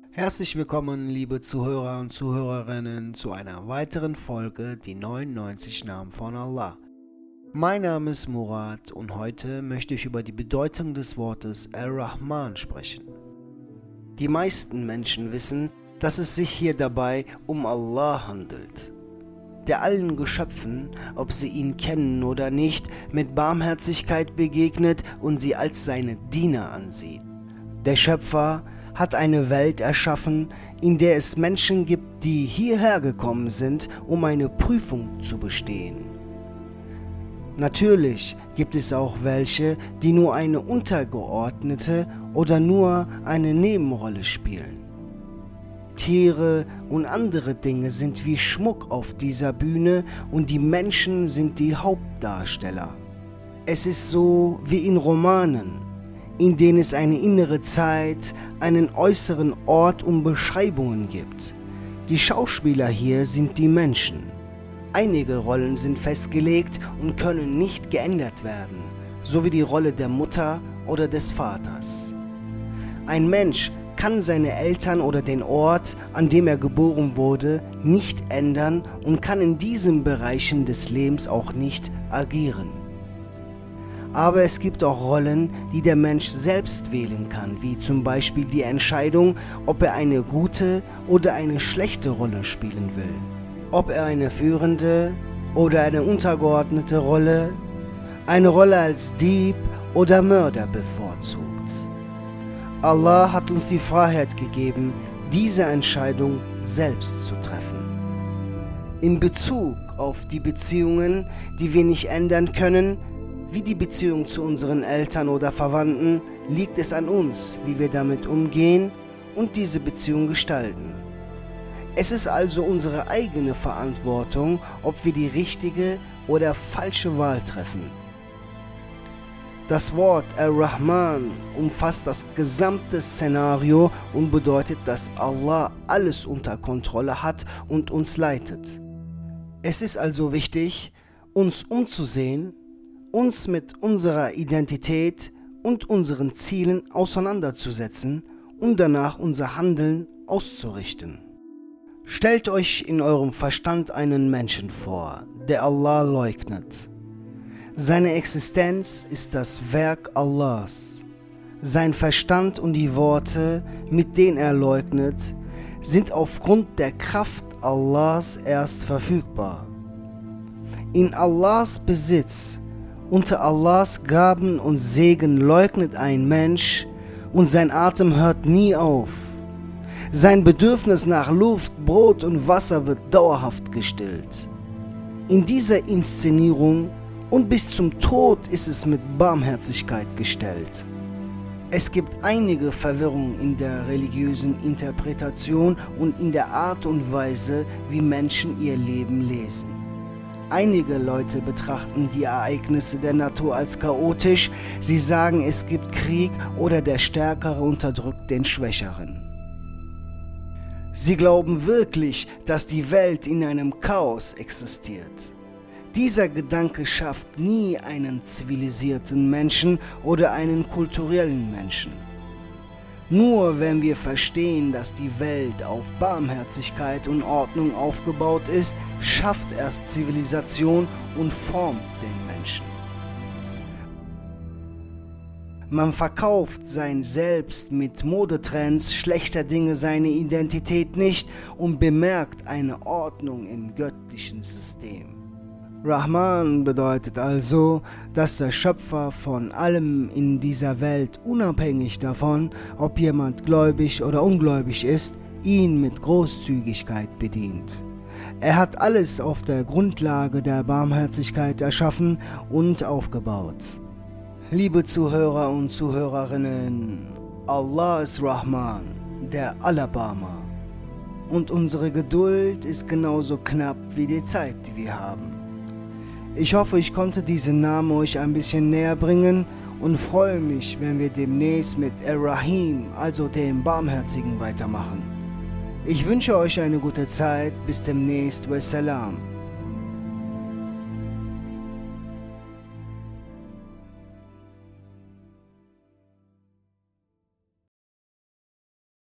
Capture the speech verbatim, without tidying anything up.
Herzlich willkommen, liebe Zuhörer und Zuhörerinnen, zu einer weiteren Folge Die neunundneunzig Namen von Allah. Mein Name ist Murat und heute möchte ich über die Bedeutung des Wortes Ar-Rahman sprechen. Die meisten Menschen wissen, dass es sich hier dabei um Allah handelt, der allen Geschöpfen, ob sie ihn kennen oder nicht, mit Barmherzigkeit begegnet und sie als seine Diener ansieht. Der Schöpfer hat eine Welt erschaffen, in der es Menschen gibt, die hierher gekommen sind, um eine Prüfung zu bestehen. Natürlich gibt es auch welche, die nur eine untergeordnete oder nur eine Nebenrolle spielen. Tiere und andere Dinge sind wie Schmuck auf dieser Bühne und die Menschen sind die Hauptdarsteller. Es ist so wie in Romanen, in denen es eine innere Zeit, einen äußeren Ort und Beschreibungen gibt. Die Schauspieler hier sind die Menschen. Einige Rollen sind festgelegt und können nicht geändert werden, so wie die Rolle der Mutter oder des Vaters. Ein Mensch kann seine Eltern oder den Ort, an dem er geboren wurde, nicht ändern und kann in diesen Bereichen des Lebens auch nicht agieren. Aber es gibt auch Rollen, die der Mensch selbst wählen kann, wie zum Beispiel die Entscheidung, ob er eine gute oder eine schlechte Rolle spielen will. Ob er eine führende oder eine untergeordnete Rolle, eine Rolle als Dieb oder Mörder bevorzugt. Allah hat uns die Freiheit gegeben, diese Entscheidung selbst zu treffen. In Bezug auf die Beziehungen, die wir nicht ändern können, wie die Beziehung zu unseren Eltern oder Verwandten, liegt es an uns, wie wir damit umgehen und diese Beziehung gestalten. Es ist also unsere eigene Verantwortung, ob wir die richtige oder falsche Wahl treffen. Das Wort Ar-Rahman umfasst das gesamte Szenario und bedeutet, dass Allah alles unter Kontrolle hat und uns leitet. Es ist also wichtig, uns umzusehen, uns mit unserer Identität und unseren Zielen auseinanderzusetzen und danach unser Handeln auszurichten. Stellt euch in eurem Verstand einen Menschen vor, der Allah leugnet. Seine Existenz ist das Werk Allahs. Sein Verstand und die Worte, mit denen er leugnet, sind aufgrund der Kraft Allahs erst verfügbar. In Allahs Besitz, unter Allahs Gaben und Segen leugnet ein Mensch und sein Atem hört nie auf. Sein Bedürfnis nach Luft, Brot und Wasser wird dauerhaft gestillt. In dieser Inszenierung und bis zum Tod ist es mit Barmherzigkeit gestellt. Es gibt einige Verwirrungen in der religiösen Interpretation und in der Art und Weise, wie Menschen ihr Leben lesen. Einige Leute betrachten die Ereignisse der Natur als chaotisch. Sie sagen, es gibt Krieg oder der Stärkere unterdrückt den Schwächeren. Sie glauben wirklich, dass die Welt in einem Chaos existiert. Dieser Gedanke schafft nie einen zivilisierten Menschen oder einen kulturellen Menschen. Nur wenn wir verstehen, dass die Welt auf Barmherzigkeit und Ordnung aufgebaut ist, schafft erst Zivilisation und formt den Menschen. Man verkauft sein Selbst mit Modetrends, schlechter Dinge seine Identität nicht und bemerkt eine Ordnung im göttlichen System. Rahman bedeutet also, dass der Schöpfer von allem in dieser Welt, unabhängig davon, ob jemand gläubig oder ungläubig ist, ihn mit Großzügigkeit bedient. Er hat alles auf der Grundlage der Barmherzigkeit erschaffen und aufgebaut. Liebe Zuhörer und Zuhörerinnen, Allah ist Rahman, der Allerbarmer. Und unsere Geduld ist genauso knapp wie die Zeit, die wir haben. Ich hoffe, ich konnte diesen Namen euch ein bisschen näher bringen und freue mich, wenn wir demnächst mit Ar-Rahim, also dem Barmherzigen, weitermachen. Ich wünsche euch eine gute Zeit. Bis demnächst. Wassalam.